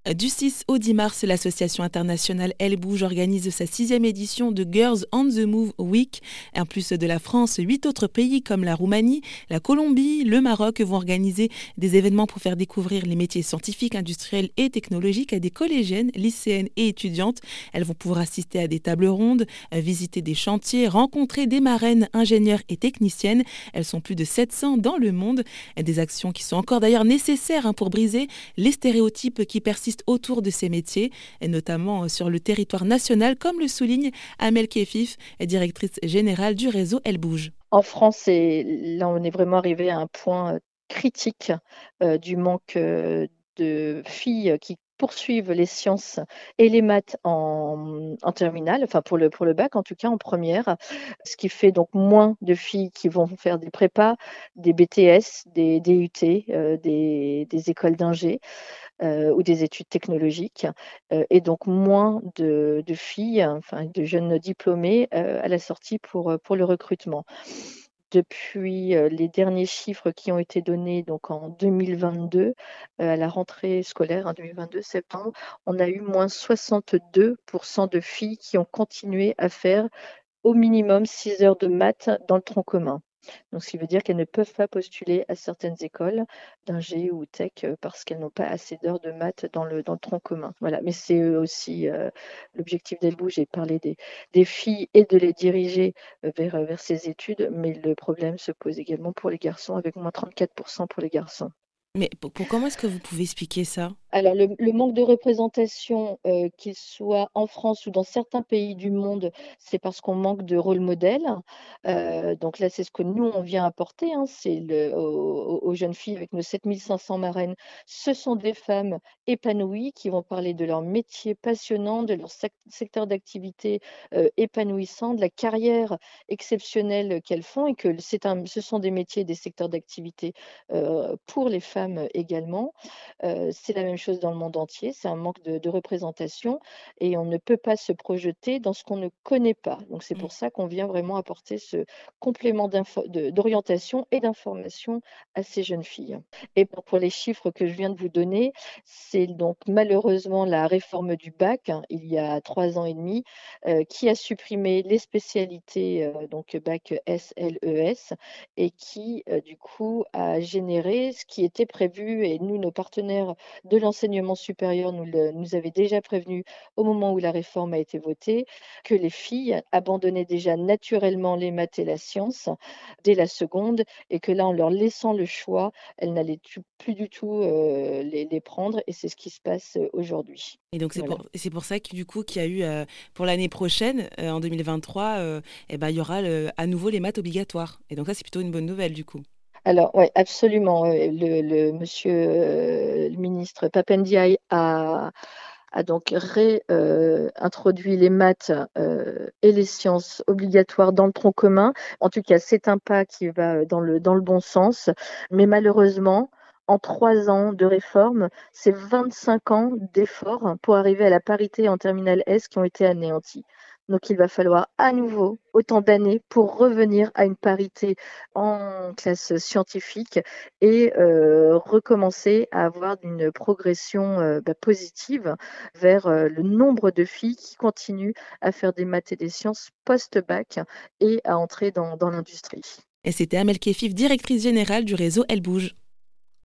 Du 6 au 10 mars, l'association internationale Elle Bouge organise sa 6e édition de Girls on the Move Week. En plus de la France, 8 autres pays comme la Roumanie, la Colombie, le Maroc vont organiser des événements pour faire découvrir les métiers scientifiques, industriels et technologiques à des collégiennes, lycéennes et étudiantes. Elles vont pouvoir assister à des tables rondes, visiter des chantiers, rencontrer des marraines, ingénieurs et techniciennes. Elles sont plus de 700 dans le monde. Des actions qui sont encore d'ailleurs nécessaires pour briser les stéréotypes qui persistent autour de ces métiers, et notamment sur le territoire national, comme le souligne Amel Kefif, directrice générale du réseau Elle Bouge. En France, là, on est vraiment arrivé à un point critique du manque de filles qui poursuivent les sciences et les maths en terminale, enfin pour le bac en tout cas en première, ce qui fait donc moins de filles qui vont faire des prépas, des BTS, des DUT, des écoles d'ingé ou des études technologiques, et donc moins de filles, enfin de jeunes diplômés à la sortie pour le recrutement. Depuis les derniers chiffres qui ont été donnés donc en 2022, à la rentrée scolaire en 2022 septembre, on a eu moins 62% de filles qui ont continué à faire au minimum 6 heures de maths dans le tronc commun. Donc, ce qui veut dire qu'elles ne peuvent pas postuler à certaines écoles d'ingé ou tech parce qu'elles n'ont pas assez d'heures de maths dans le tronc commun. Voilà, mais c'est aussi l'objectif d'Elle Bouge est de parler des filles et de les diriger vers ces études, mais le problème se pose également pour les garçons, avec moins 34% pour les garçons. Mais comment est-ce que vous pouvez expliquer ça ? Alors, le manque de représentation, qu'il soit en France ou dans certains pays du monde, c'est parce qu'on manque de rôle modèle. Donc là, c'est ce que nous, on vient apporter, hein, c'est aux jeunes filles avec nos 7 500 marraines. Ce sont des femmes épanouies qui vont parler de leur métier passionnant, de leur secteur d'activité épanouissant, de la carrière exceptionnelle qu'elles font et que ce sont des métiers, des secteurs d'activité pour les femmes également. C'est la même chose dans le monde entier, c'est un manque de représentation et on ne peut pas se projeter dans ce qu'on ne connaît pas. Donc c'est pour ça qu'on vient vraiment apporter ce complément d'orientation et d'information à ces jeunes filles. Et pour les chiffres que je viens de vous donner, c'est donc malheureusement la réforme du bac, hein, il y a 3 ans et demi, qui a supprimé les spécialités, donc bac SLES, et qui du coup a généré ce qui était prévu, et nous, nos partenaires de l'enseignement supérieur nous avaient déjà prévenus au moment où la réforme a été votée, que les filles abandonnaient déjà naturellement les maths et la science dès la seconde, et que là, en leur laissant le choix, elles n'allaient plus du tout les prendre, et c'est ce qui se passe aujourd'hui. Et donc Voilà. c'est pour ça que du coup qu'il y a eu pour l'année prochaine, en 2023, il y aura à nouveau les maths obligatoires. Et donc ça, c'est plutôt une bonne nouvelle du coup. Alors, oui, absolument. Le monsieur, le ministre Papendiaï a donc réintroduit les maths et les sciences obligatoires dans le tronc commun. En tout cas, c'est un pas qui va dans le bon sens. Mais malheureusement, en 3 ans de réforme, c'est 25 ans d'efforts pour arriver à la parité en terminale S qui ont été anéantis. Donc, il va falloir à nouveau autant d'années pour revenir à une parité en classe scientifique et recommencer à avoir une progression positive vers le nombre de filles qui continuent à faire des maths et des sciences post-bac et à entrer dans l'industrie. Et c'était Amel Kefif, directrice générale du réseau Elle Bouge.